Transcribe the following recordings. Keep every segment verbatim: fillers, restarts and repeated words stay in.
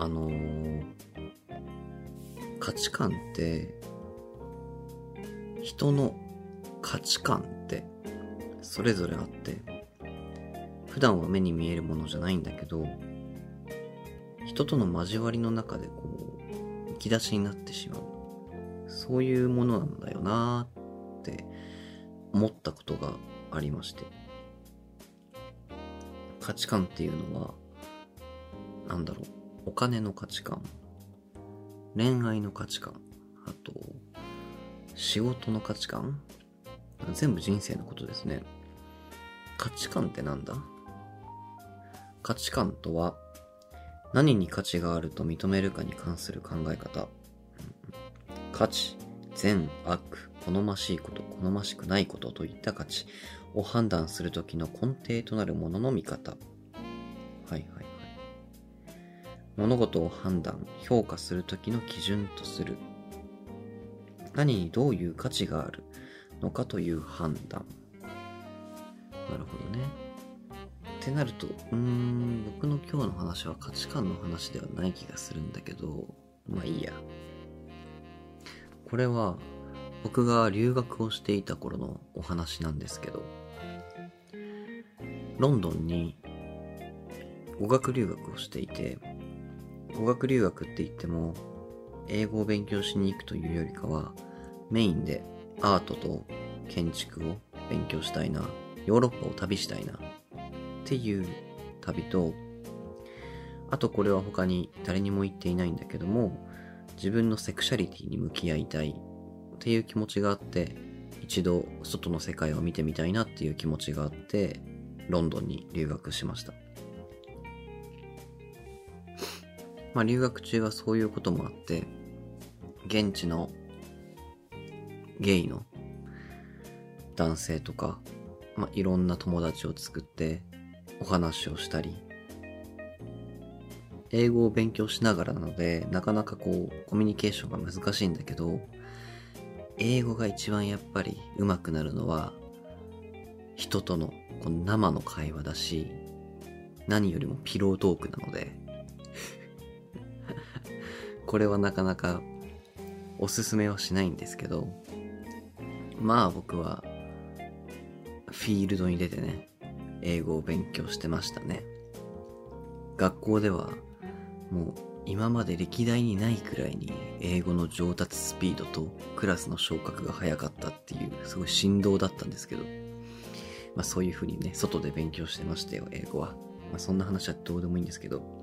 あのー、価値観って人の価値観ってそれぞれあって、普段は目に見えるものじゃないんだけど、人との交わりの中でこうむき出しになってしまう、そういうものなんだよなーって思ったことがありまして、価値観っていうのはなんだろう、お金の価値観、恋愛の価値観、あと仕事の価値観、全部人生のことですね。価値観ってなんだ？価値観とは何に価値があると認めるかに関する考え方。価値、善悪、好ましいこと、好ましくないことといった価値を判断するときの根底となるものの見方。はいはいはい。物事を判断、評価するときの基準とする。何にどういう価値があるのかという判断。なるほどね。ってなると、うーん、僕の今日の話は価値観の話ではない気がするんだけど、まあいいや。これは僕が留学をしていた頃のお話なんですけど、ロンドンに語学留学をしていて、語学留学って言っても英語を勉強しに行くというよりかは、メインでアートと建築を勉強したいな、ヨーロッパを旅したいなっていう旅と、あとこれは他に誰にも言っていないんだけども、自分のセクシャリティに向き合いたいっていう気持ちがあって、一度外の世界を見てみたいなっていう気持ちがあって、ロンドンに留学しました。まあ留学中はそういうこともあって、現地のゲイの男性とか、まあいろんな友達を作ってお話をしたり、英語を勉強しながらなので、なかなかこうコミュニケーションが難しいんだけど、英語が一番やっぱり上手くなるのは人とのこの生の会話だし、何よりもピロートークなのでこれはなかなかおすすめはしないんですけど、まあ僕はフィールドに出てね、英語を勉強してましたね。学校ではもう今まで歴代にないくらいに英語の上達スピードとクラスの昇格が早かったっていうすごい振動だったんですけど、まあそういう風にね、外で勉強してましたよ、英語は。まあそんな話はどうでもいいんですけど、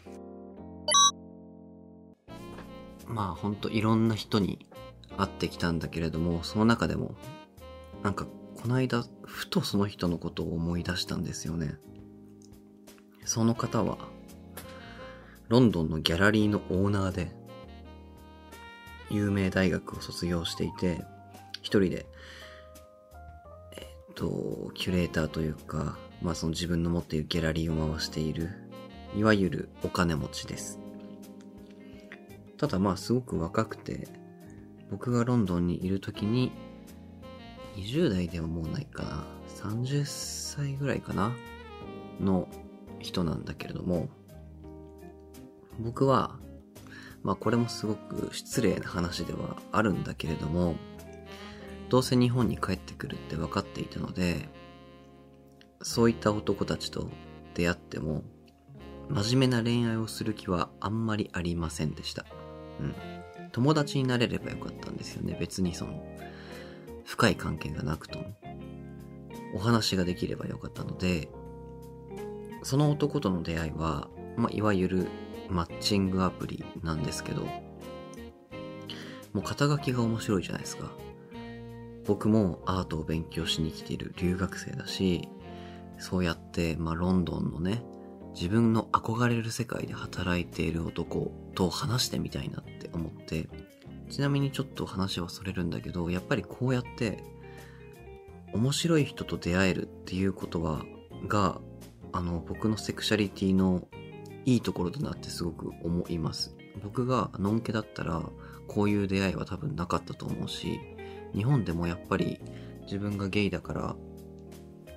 まあほんといろんな人に会ってきたんだけれども、その中でもなんかこの間ふとその人のことを思い出したんですよね。その方はロンドンのギャラリーのオーナーで、有名大学を卒業していて、一人でえっとキュレーターというか、まあその自分の持っているギャラリーを回している、いわゆるお金持ちです。ただまあすごく若くて、僕がロンドンにいる時ににじゅう代ではもうないかな、さんじゅっさいぐらいかなの人なんだけれども、僕はまあこれもすごく失礼な話ではあるんだけれども、どうせ日本に帰ってくるって分かっていたので、そういった男たちと出会っても真面目な恋愛をする気はあんまりありませんでした。うん。友達になれればよかったんですよね。別にその深い関係がなくともお話ができればよかったので、その男との出会いは、まあ、いわゆるマッチングアプリなんですけど、もう肩書きが面白いじゃないですか。僕もアートを勉強しに来ている留学生だし、そうやって、まあ、ロンドンのね、自分の憧れる世界で働いている男と話してみたいなって思って、ちなみにちょっと話はそれるんだけど、やっぱりこうやって面白い人と出会えるっていうことはがあの僕のセクシャリティのいいところだなってすごく思います。僕がのんけだったらこういう出会いは多分なかったと思うし、日本でもやっぱり自分がゲイだから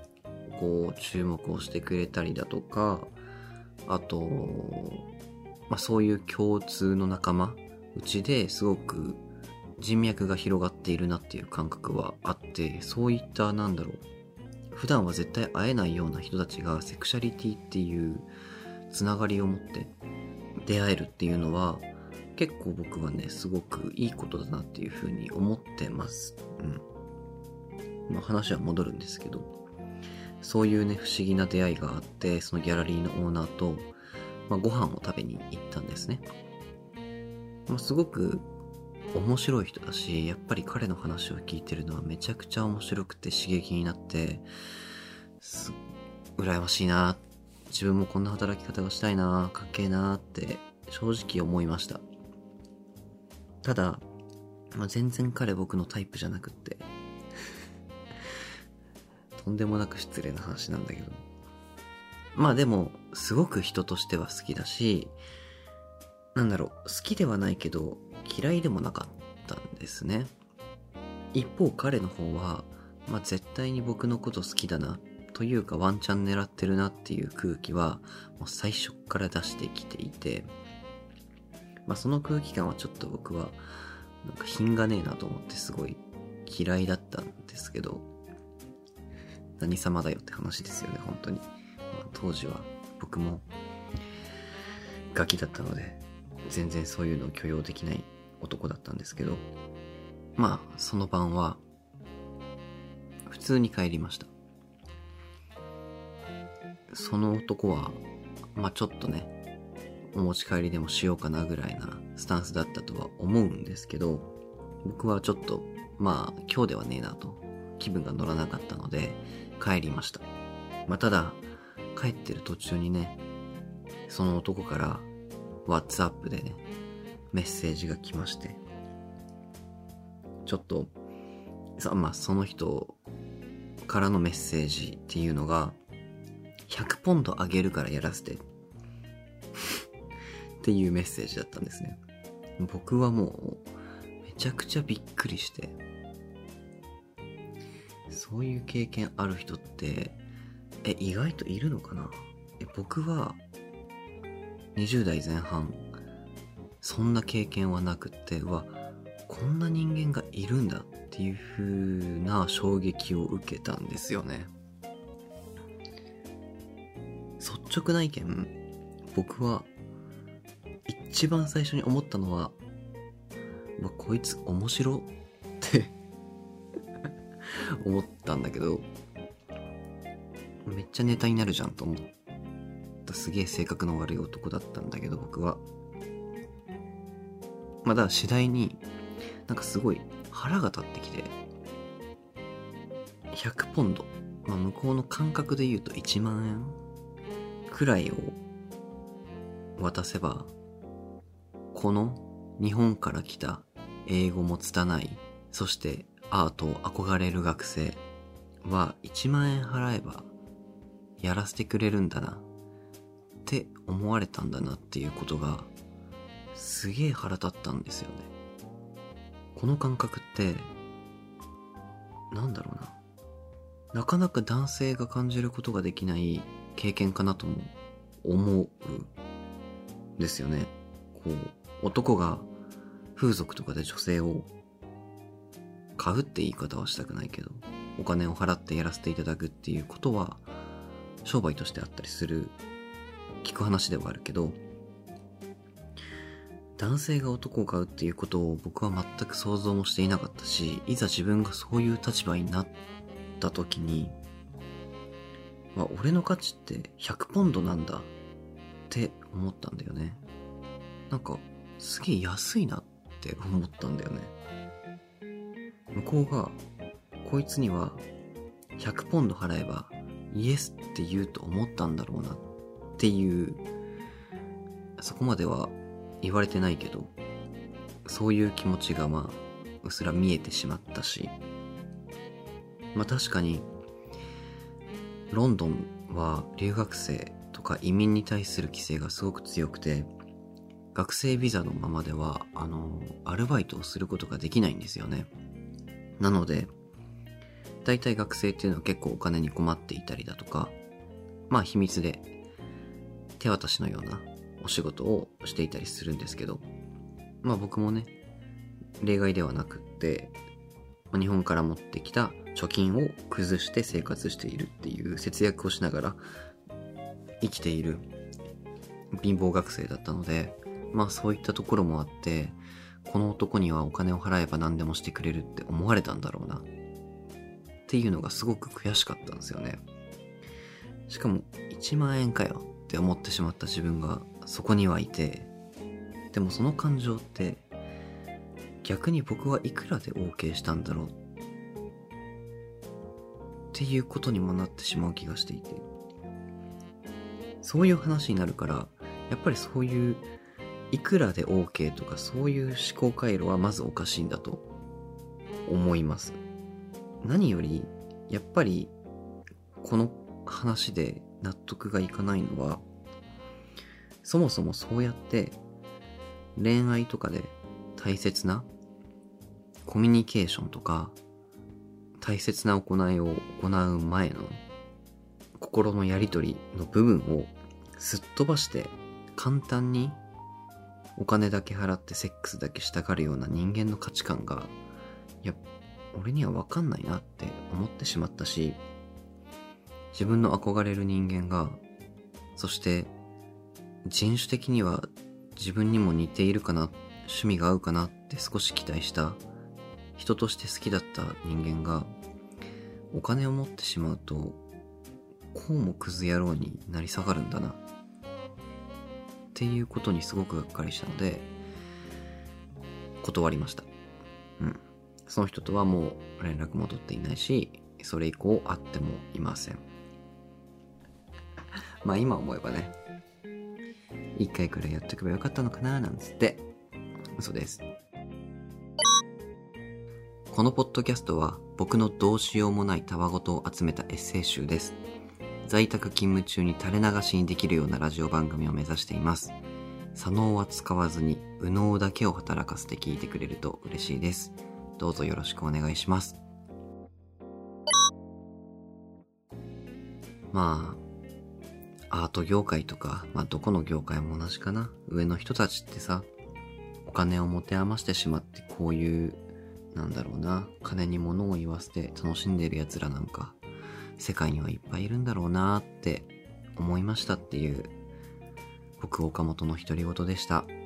こう注目をしてくれたりだとか、あとまあそういう共通の仲間うちですごく人脈が広がっているなっていう感覚はあって、そういったなんだろう、普段は絶対会えないような人たちがセクシャリティっていうつながりを持って出会えるっていうのは結構僕はねすごくいいことだなっていうふうに思ってます。うん。まあ話は戻るんですけど、そういうね不思議な出会いがあって、そのギャラリーのオーナーと、まあ、ご飯を食べに行ったんですね。まあ、すごく面白い人だし、やっぱり彼の話を聞いてるのはめちゃくちゃ面白くて刺激になって、す羨ましいな、自分もこんな働き方がしたいな、かっけえなって正直思いました。ただ、まあ、全然彼僕のタイプじゃなくってとんでもなく失礼な話なんだけど、まあでもすごく人としては好きだし、なんだろう、好きではないけど嫌いでもなかったんですね。一方彼の方は、まあ、絶対に僕のこと好きだなというかワンチャン狙ってるなっていう空気はもう最初から出してきていて、まあその空気感はちょっと僕はなんか品がねえなと思ってすごい嫌いだったんですけど、何様だよって話ですよね本当に。まあ、当時は僕もガキだったので全然そういうのを許容できない男だったんですけど、まあその晩は普通に帰りました。その男はまあちょっとねお持ち帰りでもしようかなぐらいなスタンスだったとは思うんですけど、僕はちょっとまあ今日ではねえなと気分が乗らなかったので帰りました。まあただ帰ってる途中にね、その男からWhatsApp でねメッセージが来まして、ちょっとさまあその人からのメッセージっていうのがひゃくポンドあげるからやらせてっていうメッセージだったんですね。僕はもうめちゃくちゃびっくりして、そういう経験ある人ってえ意外といるのかな。え僕はにじゅう代前半そんな経験はなくって、うわこんな人間がいるんだっていう風な衝撃を受けたんですよね。率直な意見、僕は一番最初に思ったのは、まあ、こいつ面白って思ったんだけど、めっちゃネタになるじゃんと思った。すげえ性格の悪い男だったんだけど僕は。まあだから次第になんかすごい腹が立ってきて、ひゃくポンド、まあ向こうの感覚で言うといちまんえんくらいを渡せば、この日本から来た英語も拙い、そしてアートを憧れる学生はいちまんえん払えばやらせてくれるんだなって思われたんだなっていうことがすげえ腹立ったんですよね。この感覚ってなんだろうな、なかなか男性が感じることができない経験かなとも思うんですよね。こう男が風俗とかで女性を買うって言い方はしたくないけど、お金を払ってやらせていただくっていうことは商売としてあったりする、聞く話ではあるけど、男性が男を買うっていうことを僕は全く想像もしていなかったし、いざ自分がそういう立場になった時に、まあ、俺の価値ってひゃくポンドなんだって思ったんだよね。なんかすげえ安いなって思ったんだよね。向こうがこいつにはひゃくポンド払えばイエスって言うと思ったんだろうなっていう、そこまでは言われてないけどそういう気持ちがまあうっすら見えてしまったし、まあ確かにロンドンは留学生とか移民に対する規制がすごく強くて、学生ビザのままではあのアルバイトをすることができないんですよね。なので大体学生っていうのは結構お金に困っていたりだとか、まあ秘密で手渡しのようなお仕事をしていたりするんですけど、まあ僕もね、例外ではなくって、日本から持ってきた貯金を崩して生活しているっていう節約をしながら生きている貧乏学生だったので、まあそういったところもあって、この男にはお金を払えば何でもしてくれるって思われたんだろうなっていうのがすごく悔しかったんですよね。しかもいちまんえんかよって思ってしまった自分がそこにはいて、でもその感情って逆に僕はいくらで OK したんだろうっていうことにもなってしまう気がしていて、そういう話になるから、やっぱりそういういくらで OK とかそういう思考回路はまずおかしいんだと思います。何よりやっぱりこの話で納得がいかないのは、そもそもそうやって恋愛とかで大切なコミュニケーションとか大切な行いを行う前の心のやり取りの部分をすっ飛ばして簡単にお金だけ払ってセックスだけしたがるような人間の価値観が、いや、俺には分かんないなって思ってしまったし、自分の憧れる人間が、そして人種的には自分にも似ているかな、趣味が合うかなって少し期待した人として好きだった人間がお金を持ってしまうと、こうもクズ野郎になり下がるんだなっていうことにすごくがっかりしたので断りました。うん。その人とはもう連絡も取っていないし、それ以降会ってもいません。まあ今思えばね、一回くらいやっとけばよかったのかななんつって嘘です。このポッドキャストは僕のどうしようもないたわごとを集めたエッセイ集です。在宅勤務中に垂れ流しにできるようなラジオ番組を目指しています。左脳は使わずに右脳だけを働かせて聞いてくれると嬉しいです。どうぞよろしくお願いします。まあアート業界とか、まあどこの業界も同じかな。上の人たちってさ、お金を持て余してしまってこういうなんだろうな、金に物を言わせて楽しんでいる奴らなんか世界にはいっぱいいるんだろうなって思いましたっていう僕岡本の独り言でした。